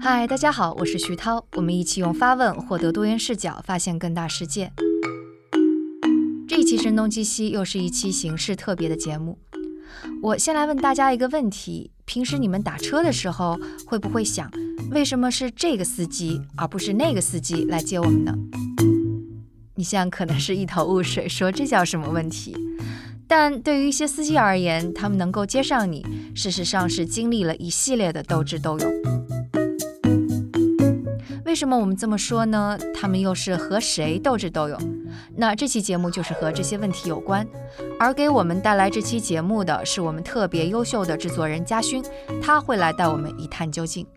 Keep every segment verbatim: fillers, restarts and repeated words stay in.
嗨，大家好，我是徐涛，我们一起用发问获得多元视角，发现更大世界。这一期声东击西又是一期形式特别的节目。我先来问大家一个问题，平时你们打车的时候会不会想，为什么是这个司机而不是那个司机来接我们呢？你现在可能是一头雾水，说这叫什么问题？但对于一些司机而言，他们能够接上你，事实上是经历了一系列的斗智斗勇。为什么我们这么说呢？他们又是和谁斗智斗勇？那这期节目就是和这些问题有关，而给我们带来这期节目的是我们特别优秀的制作人嘉勋，他会来带我们一探究竟。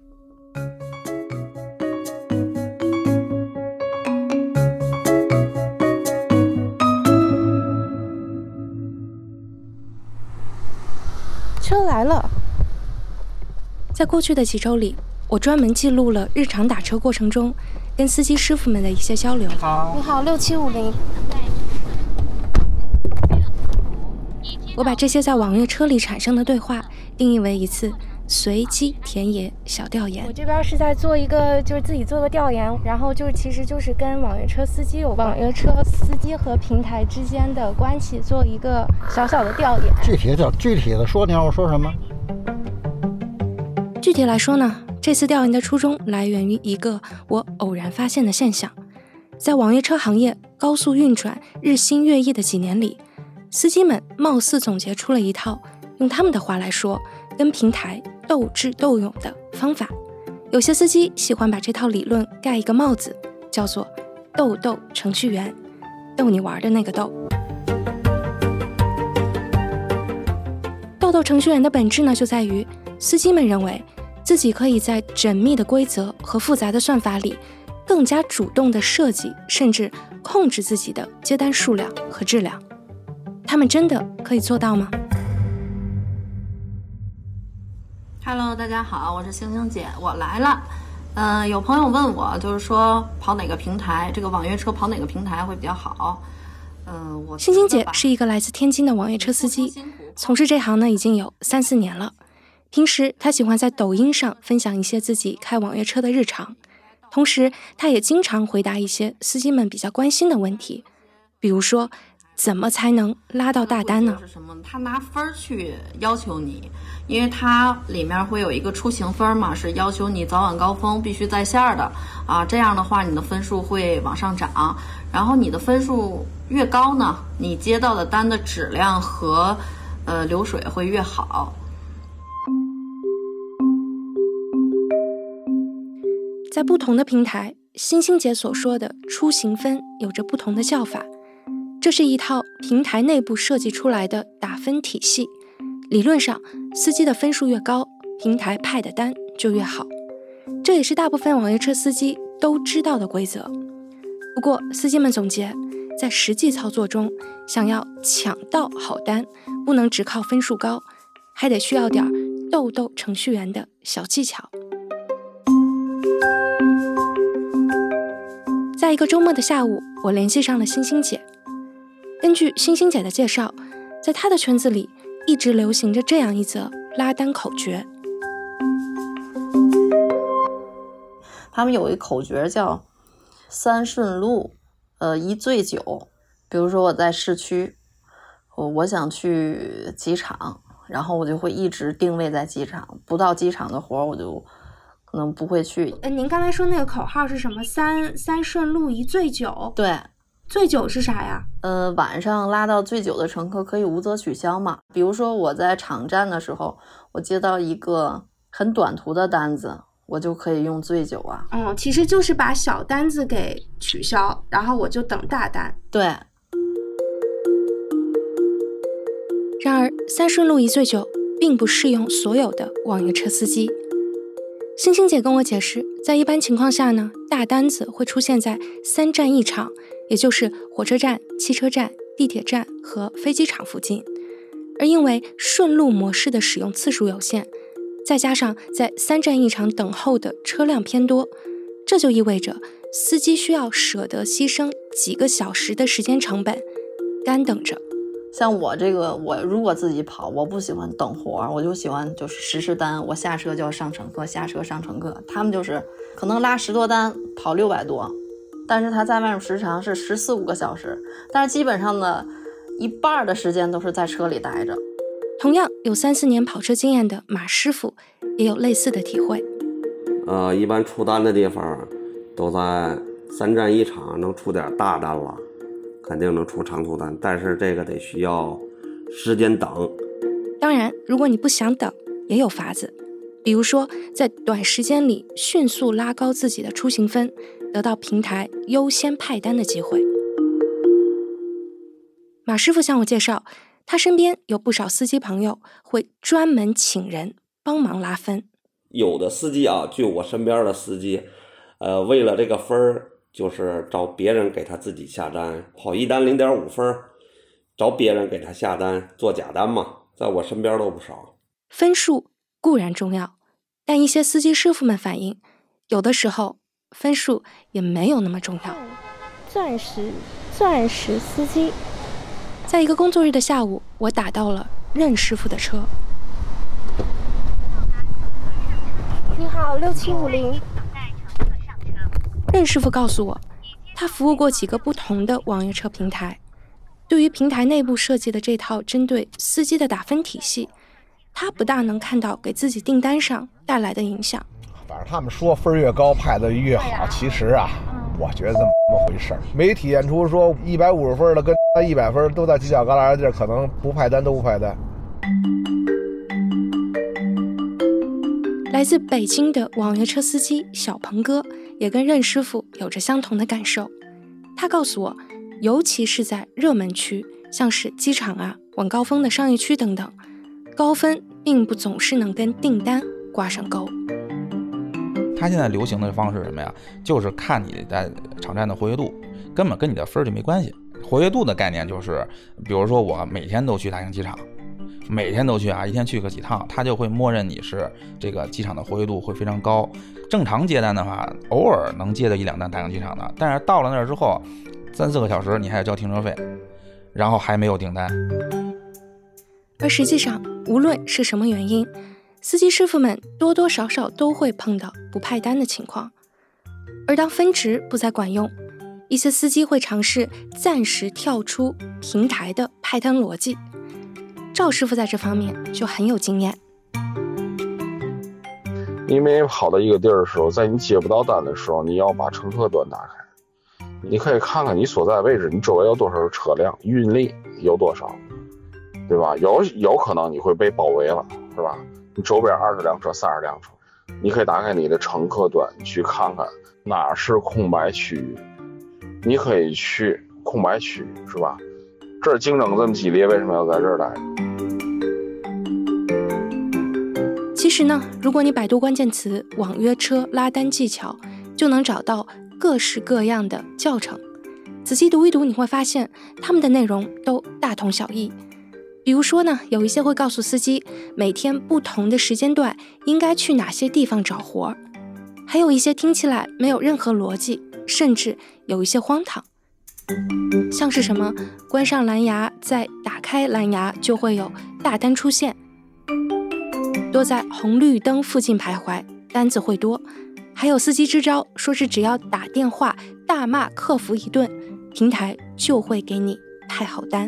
车来了。在过去的几周里，我专门记录了日常打车过程中跟司机师傅们的一些交流。 好， 你好，六七五零。我把这些在网约车里产生的对话定义为一次随机田野小调研。我这边是在做一个，就是自己做个调研，然后就其实就是跟网约车司机有网约车司机和平台之间的关系做一个小小的调研。 具体的具体的说，你让我说什么？ 具体来说呢，这次调研的初衷来源于一个我偶然发现的现象。在网约车行业高速运转、日新月异的几年里，司机们貌似总结出了一套，用他们的话来说，跟平台斗智斗勇的方法。有些司机喜欢把这套理论盖一个帽子，叫做斗斗程序员，逗你玩的那个斗。斗斗程序员的本质呢，就在于司机们认为自己可以在缜密的规则和复杂的算法里更加主动地设计甚至控制自己的接单数量和质量。他们真的可以做到吗？ Hello， 大家好，我是星星姐，我来了。嗯、呃，有朋友问我，就是说跑哪个平台，这个网约车跑哪个平台会比较好？嗯、呃，我星星姐是一个来自天津的网约车司机，从事这行呢已经有三四年了。平时她喜欢在抖音上分享一些自己开网约车的日常，同时她也经常回答一些司机们比较关心的问题，比如说怎么才能拉到大单呢？ 是什么？他拿分去要求你，因为它里面会有一个出行分嘛，是要求你早晚高峰必须在线的啊。这样的话，你的分数会往上涨。然后你的分数越高呢，你接到的单的质量和呃流水会越好。 在不同的平台，星星姐所说的出行分有着不同的叫法。这是一套平台内部设计出来的打分体系，理论上司机的分数越高，平台派的单就越好，这也是大部分网约车司机都知道的规则。不过司机们总结，在实际操作中，想要抢到好单，不能只靠分数高，还得需要点斗斗程序员的小技巧。在一个周末的下午，我联系上了星星姐。根据星星姐的介绍，在她的圈子里一直流行着这样一则拉单口诀。 他们有一个口诀叫三顺路，呃，一醉酒。比如说我在市区，我我想去机场，然后我就会一直定位在机场，不到机场的活我就可能不会去。 呃，您刚才说那个口号是什么？三三顺路一醉酒。 对。 醉酒是啥呀？ 呃，晚上拉到醉酒的乘客可以无责取消嘛。比如说我在场站的时候，我接到一个很短途的单子，我就可以用醉酒啊。 嗯，其实就是把小单子给取消，然后我就等大单。 对。 然而，三顺路一醉酒并不适用所有的网约车司机。星星姐跟我解释，在一般情况下呢，大单子会出现在三站一场，也就是火车站、汽车站、地铁站和飞机场附近。而因为顺路模式的使用次数有限，再加上在三站一场等候的车辆偏多，这就意味着司机需要舍得牺牲几个小时的时间成本，干等着。 像我这个，我如果自己跑，我不喜欢等活，我就喜欢就是实时单，我下车就要上乘客，下车上乘客。他们就是可能拉十多单，跑六百多，但是他在外面时长是十四五个小时，但是基本上呢，一半的时间都是在车里待着。 同样有三四年跑车经验的马师傅也有类似的体会。 呃，一般出单的地方都在三站一场，能出点大单了。肯定能出长途单，但是这个得需要时间等。 当然，如果你不想等，也有法子，比如说在短时间里迅速拉高自己的出行分，得到平台优先派单的机会。马师傅向我介绍，他身边有不少司机朋友会专门请人帮忙拉分。 有的司机啊，就我身边的司机，呃，为了这个分儿。就是找别人给他自己下单，跑一单 零点五 分，找别人给他下单做假单嘛，在我身边都不少。 分数固然重要，但一些司机师傅们反映，有的时候分数也没有那么重要。 钻石钻石司机。 在一个工作日的下午，我打到了任师傅的车。 你好，六七五零。 任师傅告诉我，他服务过几个不同的网约车平台，对于平台内部设计的这套针对司机的打分体系，他不大能看到给自己订单上带来的影响。 反正他们说分越高派的越好，其实啊，我觉得这么回事儿，没体现出说一百五十分的跟一百分都在犄角旮旯的地儿，可能不派单都不派单。 来自北京的网约车司机小鹏哥也跟任师傅有着相同的感受。他告诉我，尤其是在热门区，像是机场啊、晚高峰的商业区等等，高分并不总是能跟订单挂上钩。 他现在流行的方式是什么呀？就是看你在场站的活跃度，根本跟你的分就没关系。活跃度的概念就是，比如说我每天都去大型机场，每天都去啊，一天去个几趟，他就会默认你是这个机场的活跃度会非常高。正常接单的话，偶尔能接到一两单大型机场的，但是到了那儿之后，三四个小时你还要交停车费，然后还没有订单。 而实际上，无论是什么原因，司机师傅们多多少少都会碰到不派单的情况。而当分值不再管用，一些司机会尝试暂时跳出平台的派单逻辑。赵师傅在这方面就很有经验。 你每跑到一个地儿的时候，在你接不到单的时候，你要把乘客端打开，你可以看看你所在位置，你周围有多少车辆，运力有多少，对吧？有有可能你会被包围了，是吧？你周边二十辆车、三十辆车，你可以打开你的乘客端去看看哪是空白区域，你可以去空白区域，是吧？这儿竞争这么激烈，为什么要在这儿待着？ 其实呢，如果你百度关键词网约车拉单技巧，就能找到各式各样的教程。仔细读一读，你会发现他们的内容都大同小异。比如说呢，有一些会告诉司机每天不同的时间段应该去哪些地方找活，还有一些听起来没有任何逻辑，甚至有一些荒唐。像是什么关上蓝牙再打开蓝牙就会有大单出现，多在红绿灯附近徘徊，单子会多。还有司机支招，说是只要打电话大骂客服一顿，平台就会给你派好单。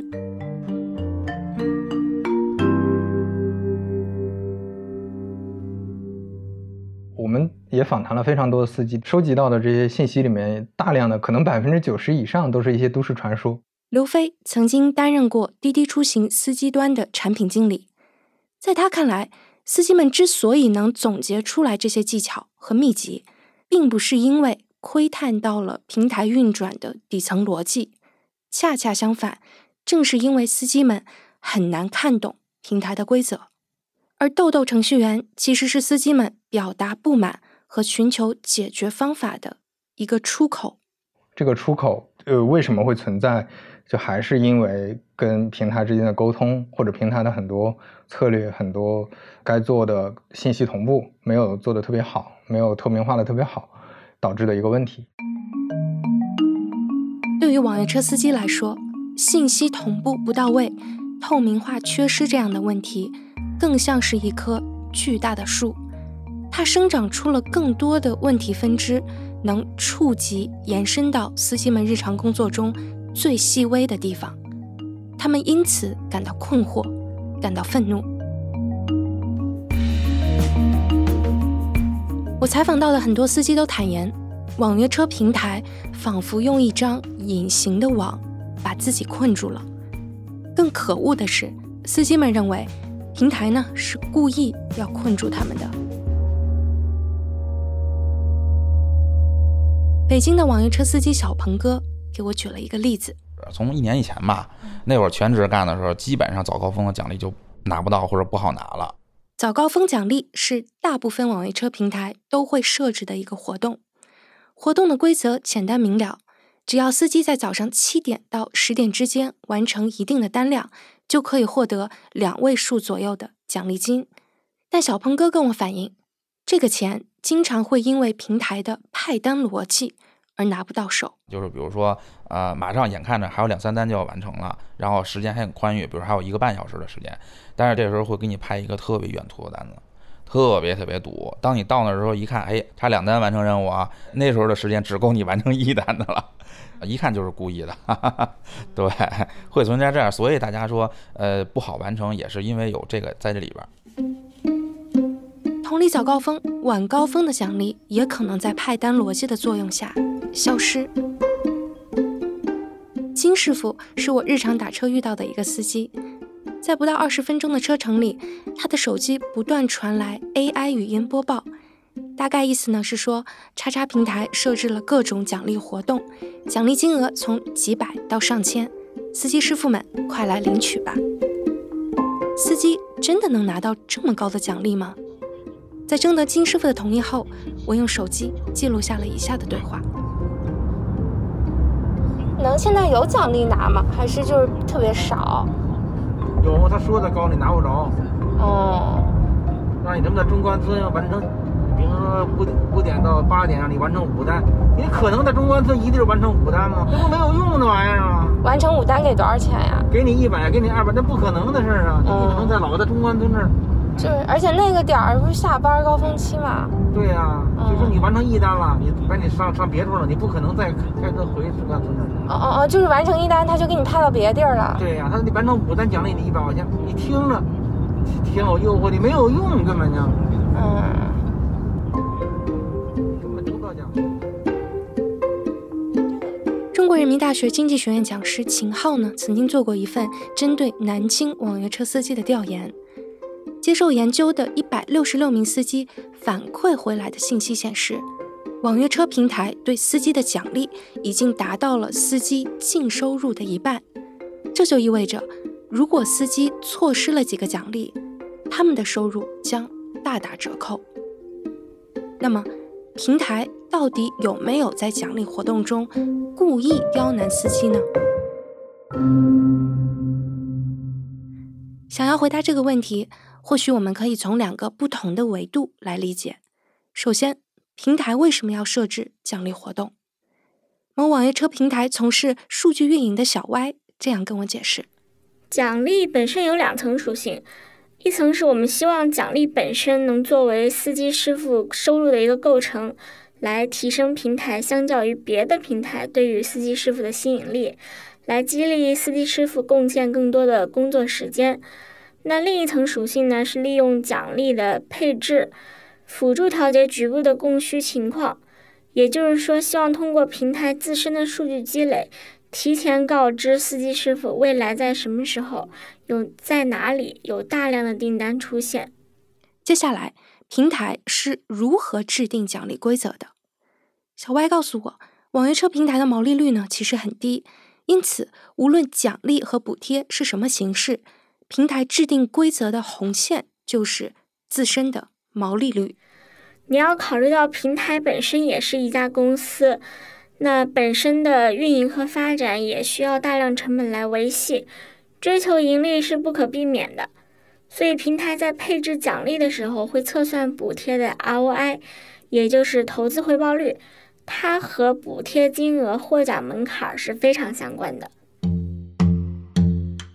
我们也访谈了非常多的司机，收集到的这些信息里面，大量的可能百分之九十以上都是一些都市传说。 刘飞曾经担任过滴滴出行司机端的产品经理，在他看来，司机们之所以能总结出来这些技巧和秘籍，并不是因为窥探到了平台运转的底层逻辑，恰恰相反，正是因为司机们很难看懂平台的规则。而豆豆程序员其实是司机们表达不满和寻求解决方法的一个出口。 这个出口呃，为什么会存在，就还是因为跟平台之间的沟通，或者平台的很多策略，很多该做的信息同步没有做得特别好，没有透明化的特别好，导致的一个问题。 对于网约车司机来说，信息同步不到位透明化缺失这样的问题，更像是一棵巨大的树，它生长出了更多的问题分支，能触及延伸到司机们日常工作中最细微的地方。他们因此感到困惑，感到愤怒。我采访到的很多司机都坦言，网约车平台仿佛用一张隐形的网把自己困住了。更可恶的是，司机们认为平台呢是故意要困住他们的。北京的网约车司机小鹏哥给我举了一个例子。 从一年以前吧，那会儿全职干的时候，基本上早高峰的奖励就拿不到或者不好拿了。 早高峰奖励是大部分网约车平台都会设置的一个活动。活动的规则简单明了，只要司机在早上七点到十点之间完成一定的单量，就可以获得两位数左右的奖励金。但小鹏哥跟我反映，这个钱经常会因为平台的派单逻辑而拿不到手。 就是比如说呃，马上眼看着还有两三单就要完成了，然后时间还很宽裕，比如还有一个半小时的时间，但是这时候会给你派一个特别远途的单子，特别特别堵。当你到那时候一看，哎，差两单完成任务啊，那时候的时间只够你完成一单的了，一看就是故意的。哈哈哈，对，会存在这样，所以大家说呃不好完成，也是因为有这个在这里边。 同理，早高峰、晚高峰的奖励也可能在派单逻辑的作用下消失。金师傅是我日常打车遇到的一个司机，在不到二十分钟的车程里，他的手机不断传来 A I 语音播报，大概意思呢是说，叉叉平台设置了各种奖励活动，奖励金额从几百到上千，司机师傅们快来领取吧。司机真的能拿到这么高的奖励吗？在征得金师傅的同意后，我用手机记录下了以下的对话。 能现在有奖励拿吗？还是就是特别少？ 有，他说的高你拿不着。 哦。 让你这么在中关村完成，比如说五点五点到八点让你完成五单，你可能在中关村一地完成五单吗？这不没有用的玩意儿吗？ 完成五单给多少钱呀？ 给你一百，给你二百，那不可能的事儿啊！你不可能在老在中关村这儿。 就是，而且那个点儿不是下班高峰期嘛？ 对呀、啊，嗯、就说你完成一单了，你把你上上别处了，你不可能再开车回中关村这儿。 哦哦哦，就是完成一单，他就给你派到别地儿了。 对呀、啊，他你完成五单奖励你一百块钱，你听着挺有诱惑力，没有用，根本就。 嗯。 根本得不到奖励。 中国人民大学经济学院讲师秦昊呢，曾经做过一份针对南京网约车司机的调研。接受研究的一百六十六名司机反馈回来的信息显示，网约车平台对司机的奖励已经达到了司机净收入的一半。这就意味着，如果司机错失了几个奖励，他们的收入将大打折扣。那么，平台到底有没有在奖励活动中故意刁难司机呢？想要回答这个问题，或许我们可以从两个不同的维度来理解。首先，平台为什么要设置奖励活动？某网约车平台从事数据运营的小歪这样跟我解释： 奖励本身有两层属性，一层是我们希望奖励本身能作为司机师傅收入的一个构成，来提升平台相较于别的平台对于司机师傅的吸引力，来激励司机师傅贡献更多的工作时间。那另一层属性呢，是利用奖励的配置辅助调节局部的供需情况，也就是说希望通过平台自身的数据积累，提前告知司机师傅未来在什么时候有在哪里有大量的订单出现。 接下来平台是如何制定奖励规则的？小歪告诉我，网约车平台的毛利率呢其实很低，因此无论奖励和补贴是什么形式，平台制定规则的红线就是自身的毛利率。 你要考虑到平台本身也是一家公司，那本身的运营和发展也需要大量成本来维系，追求盈利是不可避免的。所以平台在配置奖励的时候会测算补贴的 R O I， 也就是投资回报率，它和补贴金额获奖门槛是非常相关的。 一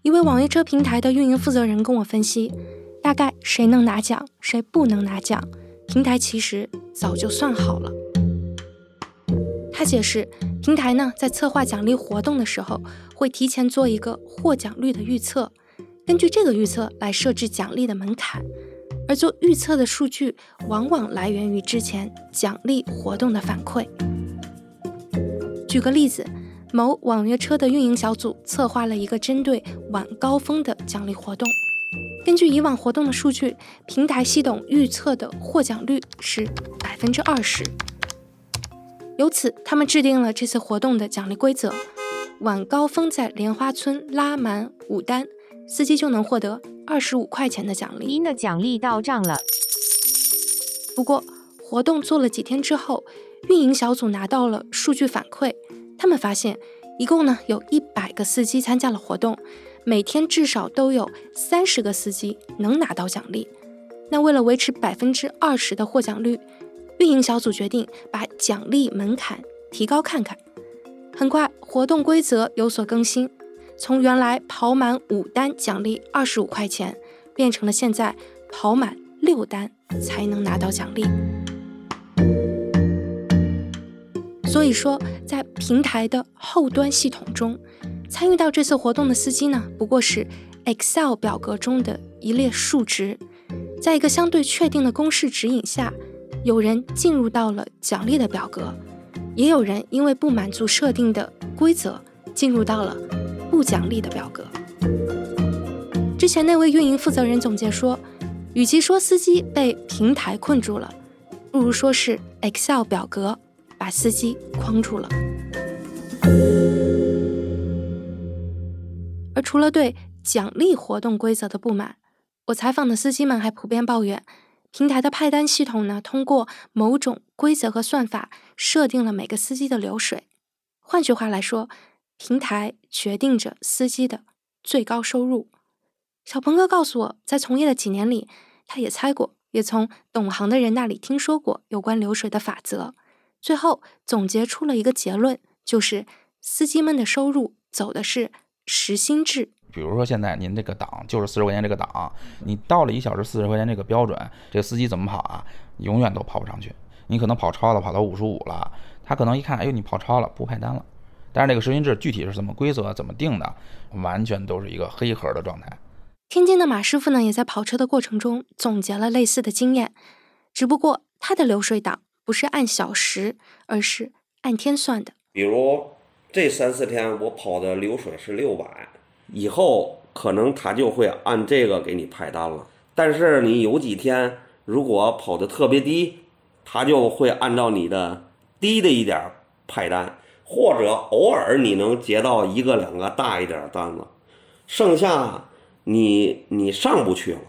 一位网约车平台的运营负责人跟我分析，大概谁能拿奖，谁不能拿奖，平台其实早就算好了。他解释，平台呢在策划奖励活动的时候，会提前做一个获奖率的预测，根据这个预测来设置奖励的门槛，而做预测的数据往往来源于之前奖励活动的反馈。举个例子，某网约车的运营小组策划了一个针对晚高峰的奖励活动，根据以往活动的数据，平台系统预测的获奖率是 百分之二十。 由此他们制定了这次活动的奖励规则，晚高峰在莲花村拉满五单，司机就能获得二十五块钱的奖励。 您的奖励到账了。 不过活动做了几天之后，运营小组拿到了数据反馈，他们发现一共呢有一百个司机参加了活动，每天至少都有三十个司机能拿到奖励。那为了维持 百分之二十 的获奖率，运营小组决定把奖励门槛提高看看。很快活动规则有所更新，从原来跑满五单奖励二十五块钱，变成了现在跑满六单才能拿到奖励。所以说，在平台的后端系统中，参与到这次活动的司机呢，不过是 Excel 表格中的一列数值，在一个相对确定的公式指引下，有人进入到了奖励的表格，也有人因为不满足设定的规则，进入到了不奖励的表格。之前那位运营负责人总结说，与其说司机被平台困住了，不如说是 Excel 表格把司机框住了。而除了对奖励活动规则的不满，我采访的司机们还普遍抱怨，平台的派单系统呢，通过某种规则和算法设定了每个司机的流水。换句话来说，平台决定着司机的最高收入。小鹏哥告诉我，在从业的几年里，他也猜过，也从懂行的人那里听说过有关流水的法则，最后总结出了一个结论，就是司机们的收入走的是时薪制。 比如说现在您这个档就是四十块钱这个档，你到了一小时四十块钱这个标准，这个司机怎么跑啊？永远都跑不上去。你可能跑超了，跑到五十五了，他可能一看，哎呦你跑超了，不派单了。但是这个时薪制具体是怎么规则怎么定的，完全都是一个黑盒的状态。 天津的马师傅呢，也在跑车的过程中总结了类似的经验，只不过他的流水档不是按小时，而是按天算的。 比如这三四天我跑的流水是六百。以后可能他就会按这个给你派单了，但是你有几天如果跑得特别低，他就会按照你的低的一点派单，或者偶尔你能接到一个两个大一点的单子，剩下你你上不去了。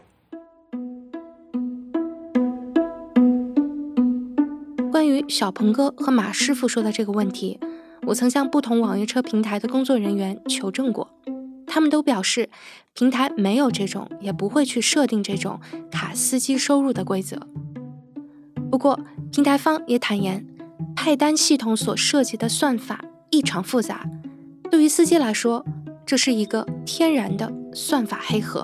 关于小鹏哥和马师傅说的这个问题，我曾向不同网约车平台的工作人员求证过，他们都表示，平台没有这种，也不会去设定这种卡司机收入的规则。不过，平台方也坦言，派单系统所涉及的算法异常复杂，对于司机来说，这是一个天然的算法黑盒。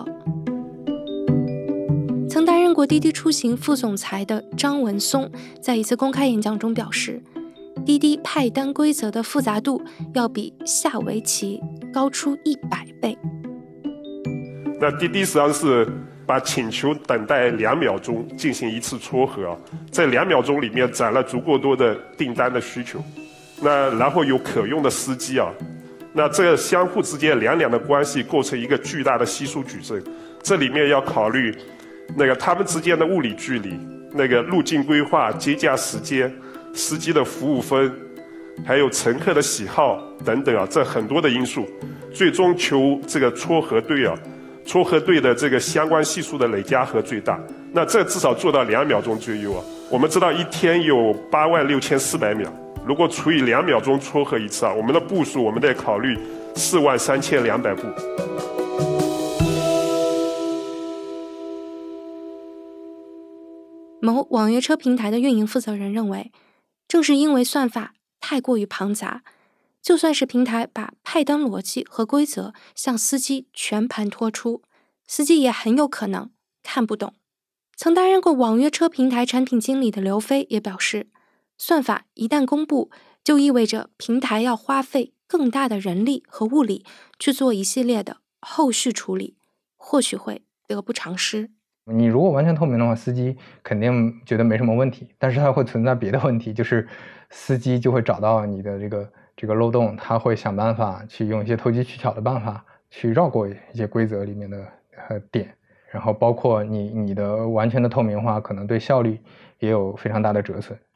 曾担任过滴滴出行副总裁的张文松，在一次公开演讲中表示，滴滴派单规则的复杂度要比下围棋高出一百倍。 那滴滴实际上是把请求等待两秒钟进行一次撮合，在两秒钟里面攒了足够多的订单的需求，那然后有可用的司机啊，那这相互之间两两的关系构成一个巨大的稀疏矩阵，这里面要考虑那个他们之间的物理距离、那个路径规划、接驾时间、司机的服务分，还有乘客的喜好等等啊，这很多的因素，最终求这个撮合对啊，撮合对的这个相关系数的累加和最大。那这至少做到两秒钟左右啊。我们知道一天有八万六千四百秒，如果除以两秒钟撮合一次啊，我们的步数我们得考虑四万三千两百步。 某网约车平台的运营负责人认为，正是因为算法太过于庞杂， 就算是平台把派单逻辑和规则向司机全盘托出，司机也很有可能看不懂。曾担任过网约车平台产品经理的刘飞也表示，算法一旦公布，就意味着平台要花费更大的人力和物力去做一系列的后续处理，或许会得不偿失。 你如果完全透明的话，司机肯定觉得没什么问题，但是它会存在别的问题，就是司机就会找到你的这个这个漏洞，他会想办法去用一些投机取巧的办法去绕过一些规则里面的呃点，然后包括你你的完全的透明化可能对效率也有非常大的折损。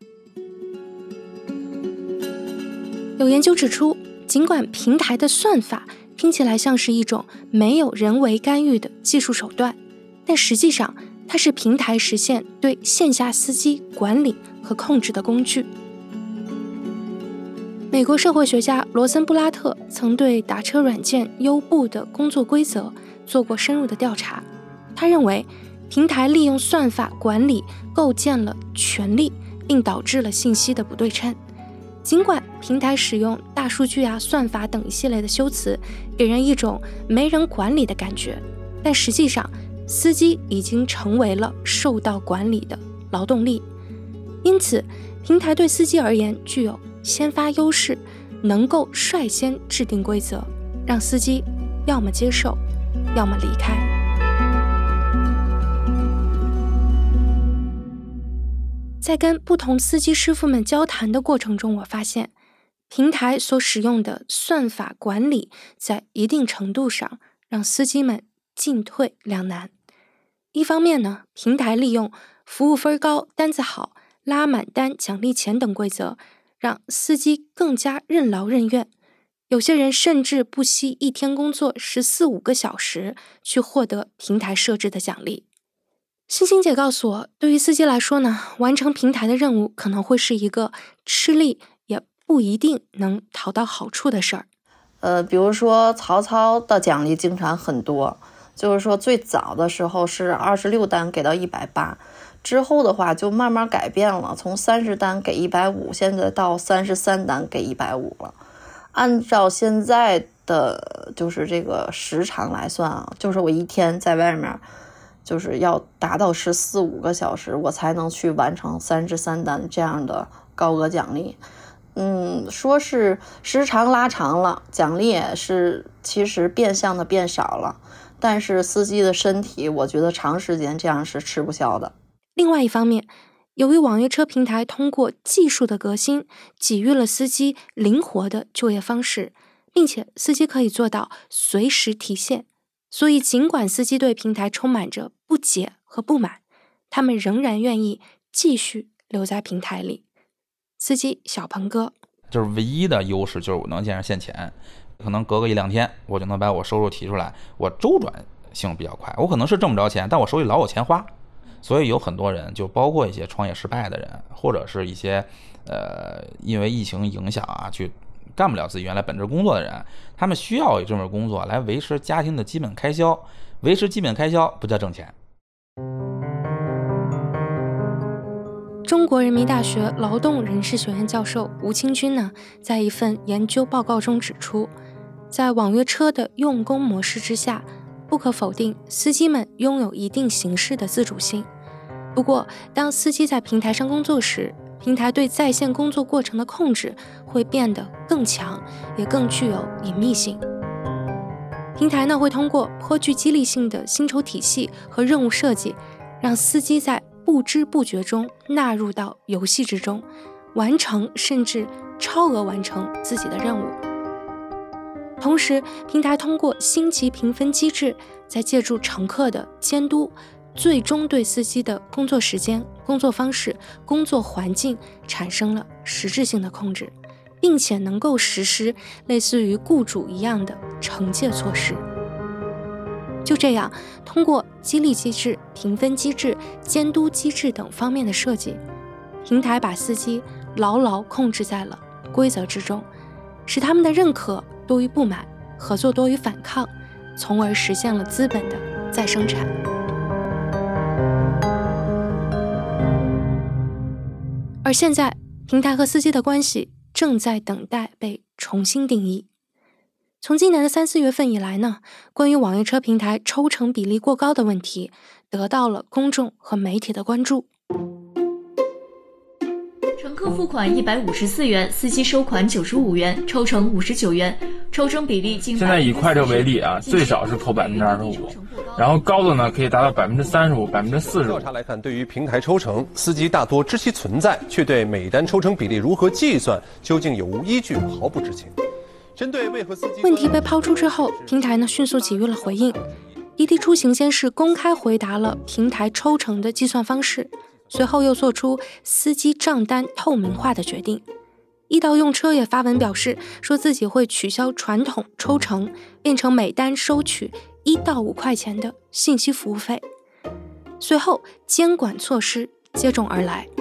有研究指出，尽管平台的算法听起来像是一种没有人为干预的技术手段，但实际上它是平台实现对线下司机管理和控制的工具。美国社会学家罗森布拉特曾对打车软件优步的工作规则做过深入的调查。他认为，平台利用算法管理构建了权力，并导致了信息的不对称。尽管平台使用大数据啊、算法等一系列的修辞，给人一种没人管理的感觉，但实际上，司机已经成为了受到管理的劳动力。因此，平台对司机而言具有先发优势，能够率先制定规则，让司机要么接受，要么离开。在跟不同司机师傅们交谈的过程中，我发现平台所使用的算法管理在一定程度上让司机们进退两难。一方面呢，平台利用服务分高、单子好、拉满单、奖励钱等规则，让司机更加任劳任怨。有些人甚至不惜一天工作十四五个小时，去获得平台设置的奖励。星星姐告诉我，对于司机来说呢，完成平台的任务可能会是一个吃力也不一定能讨到好处的事儿。 呃，比如说曹操的奖励经常很多，就是说最早的时候是二十六单给到一百八，之后的话就慢慢改变了，从三十单给一百五，现在到三十三单给一百五了。按照现在的就是这个时长来算啊，就是我一天在外面就是要达到十四五个小时，我才能去完成三十三单这样的高额奖励。嗯，说是时长拉长了，奖励也是其实变相的变少了，但是司机的身体我觉得长时间这样是吃不消的。 另外一方面，由于网约车平台通过技术的革新，给予了司机灵活的就业方式，并且司机可以做到随时提现，所以尽管司机对平台充满着不解和不满，他们仍然愿意继续留在平台里。司机小鹏哥就是唯一的优势，就是我能见着现钱，可能隔个一两天我就能把我收入提出来，我周转性比较快，我可能是挣不着钱，但我手里老有钱花。所以有很多人，就包括一些创业失败的人，或者是一些呃因为疫情影响啊去干不了自己原来本职工作的人，他们需要有这份工作来维持家庭的基本开销，维持基本开销不叫挣钱。 中国人民大学劳动人事学院教授吴清军呢，在一份研究报告中指出，在网约车的用工模式之下，不可否定，司机们拥有一定形式的自主性。不过，当司机在平台上工作时，平台对在线工作过程的控制会变得更强，也更具有隐秘性。平台呢，会通过颇具激励性的薪酬体系和任务设计，让司机在不知不觉中纳入到游戏之中，完成甚至超额完成自己的任务。同时，平台通过星级评分机制，在借助乘客的监督，最终对司机的工作时间、工作方式、工作环境产生了实质性的控制，并且能够实施类似于雇主一样的惩戒措施。就这样，通过激励机制、评分机制、监督机制等方面的设计，平台把司机牢牢控制在了规则之中，使他们的认可多于不满，合作多于反抗，从而实现了资本的再生产。而现在，平台和司机的关系正在等待被重新定义。从今年的三四月份以来呢，关于网约车平台抽成比例过高的问题得到了公众和媒体的关注。 乘客付款一百五十四元，司机收款九十五元，抽成五十九元，抽成比例近。 现在以快车为例啊，最少是扣百分之二十五，然后高的呢可以达到百分之三十五、百分之四十五。 调查来看，对于平台抽成，司机大多知其存在，却对每单抽成比例如何计算、究竟有无依据毫不知情。针对为何司机问题被抛出之后，平台呢迅速给予了回应。滴滴出行先是公开回答了平台抽成的计算方式，随后又做出司机账单透明化的决定。易到用车也发文表示，说自己会取消传统抽成，变成每单收取一到五块钱的信息服务费。随后监管措施接踵而来。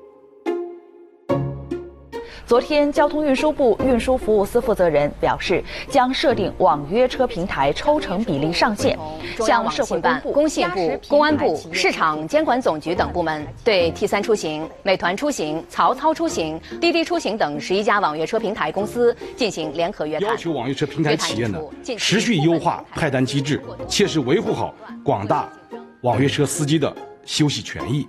昨天，交通运输部运输服务司负责人表示，将设定网约车平台抽成比例上限，向社会办、 工信部、公安部、市场监管总局等部门对 T 三出行、美团出行、曹操出行、滴滴出行等十一家网约车平台公司进行联合约谈， 要求网约车平台企业呢持续优化派单机制，切实维护好广大网约车司机的休息权益。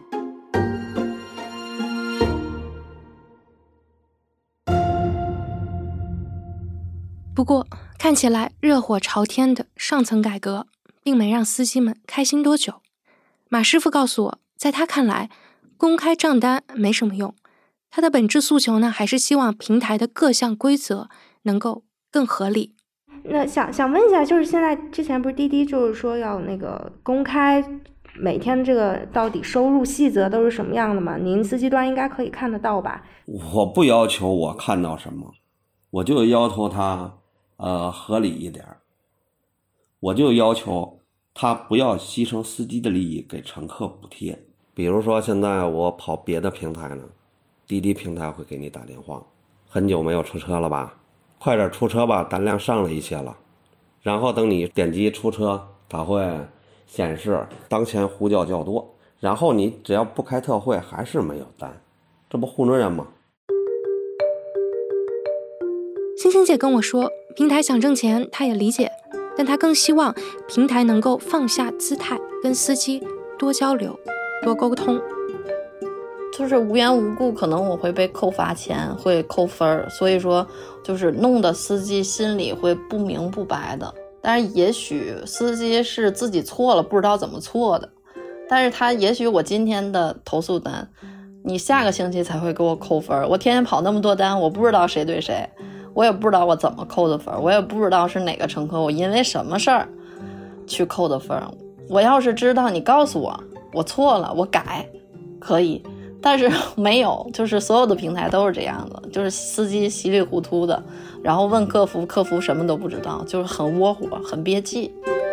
不过，看起来热火朝天的上层改革，并没让司机们开心多久。马师傅告诉我，在他看来，公开账单没什么用，他的本质诉求呢，还是希望平台的各项规则能够更合理。 那想想问一下，就是现在之前不是滴滴就是说要那个公开每天这个到底收入细则都是什么样的吗？您司机端应该可以看得到吧？ 我不要求我看到什么，我就要求他呃合理一点，我就要求他不要牺牲司机的利益给乘客补贴。比如说现在我跑别的平台呢，滴滴平台会给你打电话，很久没有出车了吧，快点出车吧，单量上了一些了。然后等你点击出车，它会显示当前呼叫较多，然后你只要不开特惠还是没有单，这不糊弄人吗？ 星星姐跟我说，平台想挣钱她也理解，但她更希望平台能够放下姿态，跟司机多交流多沟通。 就是无缘无故可能我会被扣罚钱，会扣分，所以说就是弄得司机心里会不明不白的。但是也许司机是自己错了，不知道怎么错的，但是他也许我今天的投诉单你下个星期才会给我扣分，我天天跑那么多单，我不知道谁对谁，我也不知道我怎么扣的分，我也不知道是哪个乘客我因为什么事儿去扣的分。我要是知道你告诉我我错了我改可以，但是没有，就是所有的平台都是这样的，就是司机稀里糊涂的，然后问客服，客服什么都不知道，就是很窝火很憋气。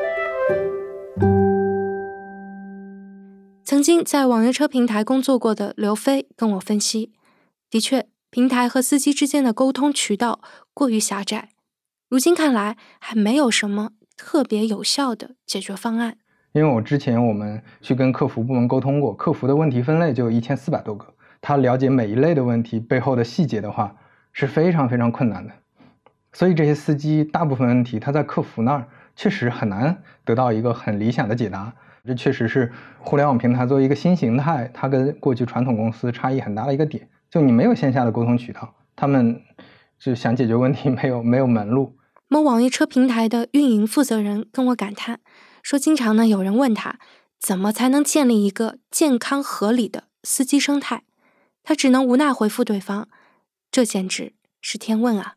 曾经在网约车平台工作过的刘飞跟我分析，的确平台和司机之间的沟通渠道过于狭窄，如今看来还没有什么特别有效的解决方案。 因为我之前我们去跟客服部门沟通过，客服的问题分类就有一千四百多个，他了解每一类的问题背后的细节的话是非常非常困难的，所以这些司机大部分问题他在客服那儿确实很难得到一个很理想的解答。这确实是互联网平台作为一个新形态，它跟过去传统公司差异很大的一个点，就你没有线下的沟通渠道，他们就想解决问题没有没有门路。 某网约车平台的运营负责人跟我感叹说，经常呢有人问他怎么才能建立一个健康合理的司机生态，他只能无奈回复对方，这简直是天问啊。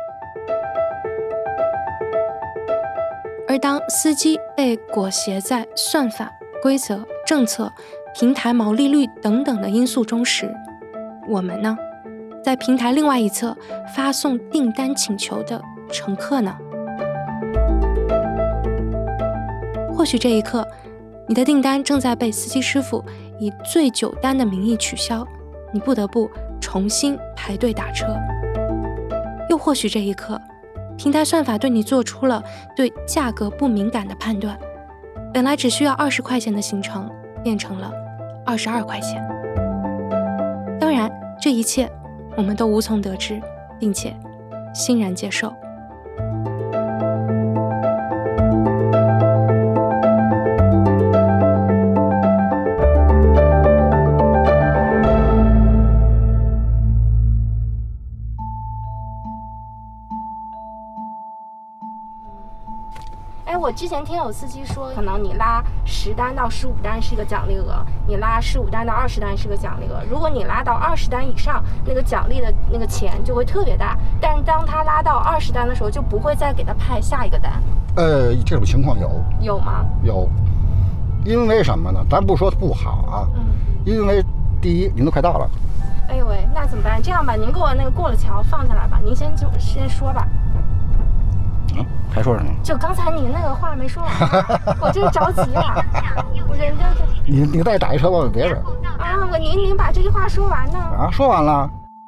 而当司机被裹挟在算法、规则、政策、平台毛利率等等的因素中时，我们呢，在平台另外一侧发送订单请求的乘客呢？或许这一刻，你的订单正在被司机师傅以最久单的名义取消，你不得不重新排队打车。又或许这一刻，平台算法对你做出了对价格不敏感的判断，本来只需要二十块钱的行程变成了二十二块钱。当然，这一切我们都无从得知，并且欣然接受。 我之前听有司机说，可能你拉十单到十五单是一个奖励额，你拉十五单到二十单是个奖励额。如果你拉到二十单以上，那个奖励的那个钱就会特别大。但是当他拉到二十单的时候，就不会再给他派下一个单。 呃，这种情况有。 有吗？ 有。因为什么呢？咱不说不好啊，嗯，因为第一，您都快到了。 哎呦喂，那怎么办？这样吧，您给我那个过了桥放下来吧，您先就先说吧。 啊，还说什么？ 就刚才你那个话没说完，我这着急啊！人家这你你再打一车问问别人啊！我您您把这句话说完呢？ 啊，说完了。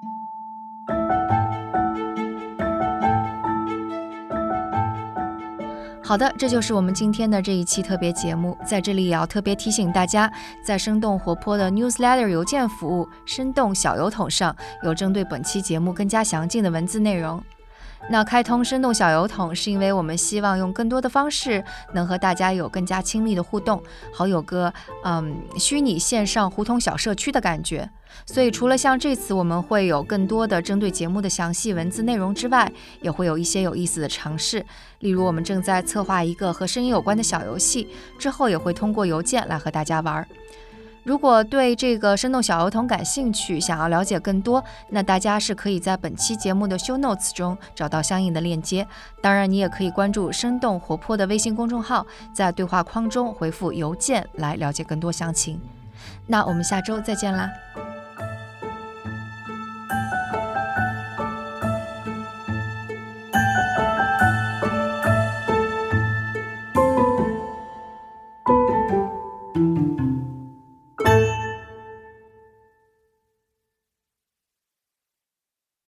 好的，这就是我们今天的这一期特别节目。在这里也要特别提醒大家，在生动活泼的 Newsletter 邮件服务生动小邮筒上有针对本期节目更加详尽的文字内容。那开通生动小邮筒是因为我们希望用更多的方式能和大家有更加亲密的互动，好有个嗯虚拟线上胡同小社区的感觉。所以除了像这次我们会有更多的针对节目的详细文字内容之外，也会有一些有意思的尝试。例如我们正在策划一个和声音有关的小游戏，之后也会通过邮件来和大家玩。如果对这个生动小邮筒感兴趣，想要了解更多，那大家是可以在本期节目的 show notes 中找到相应的链接。当然你也可以关注生动活泼的微信公众号，在对话框中回复邮件来了解更多详情。那我们下周再见啦。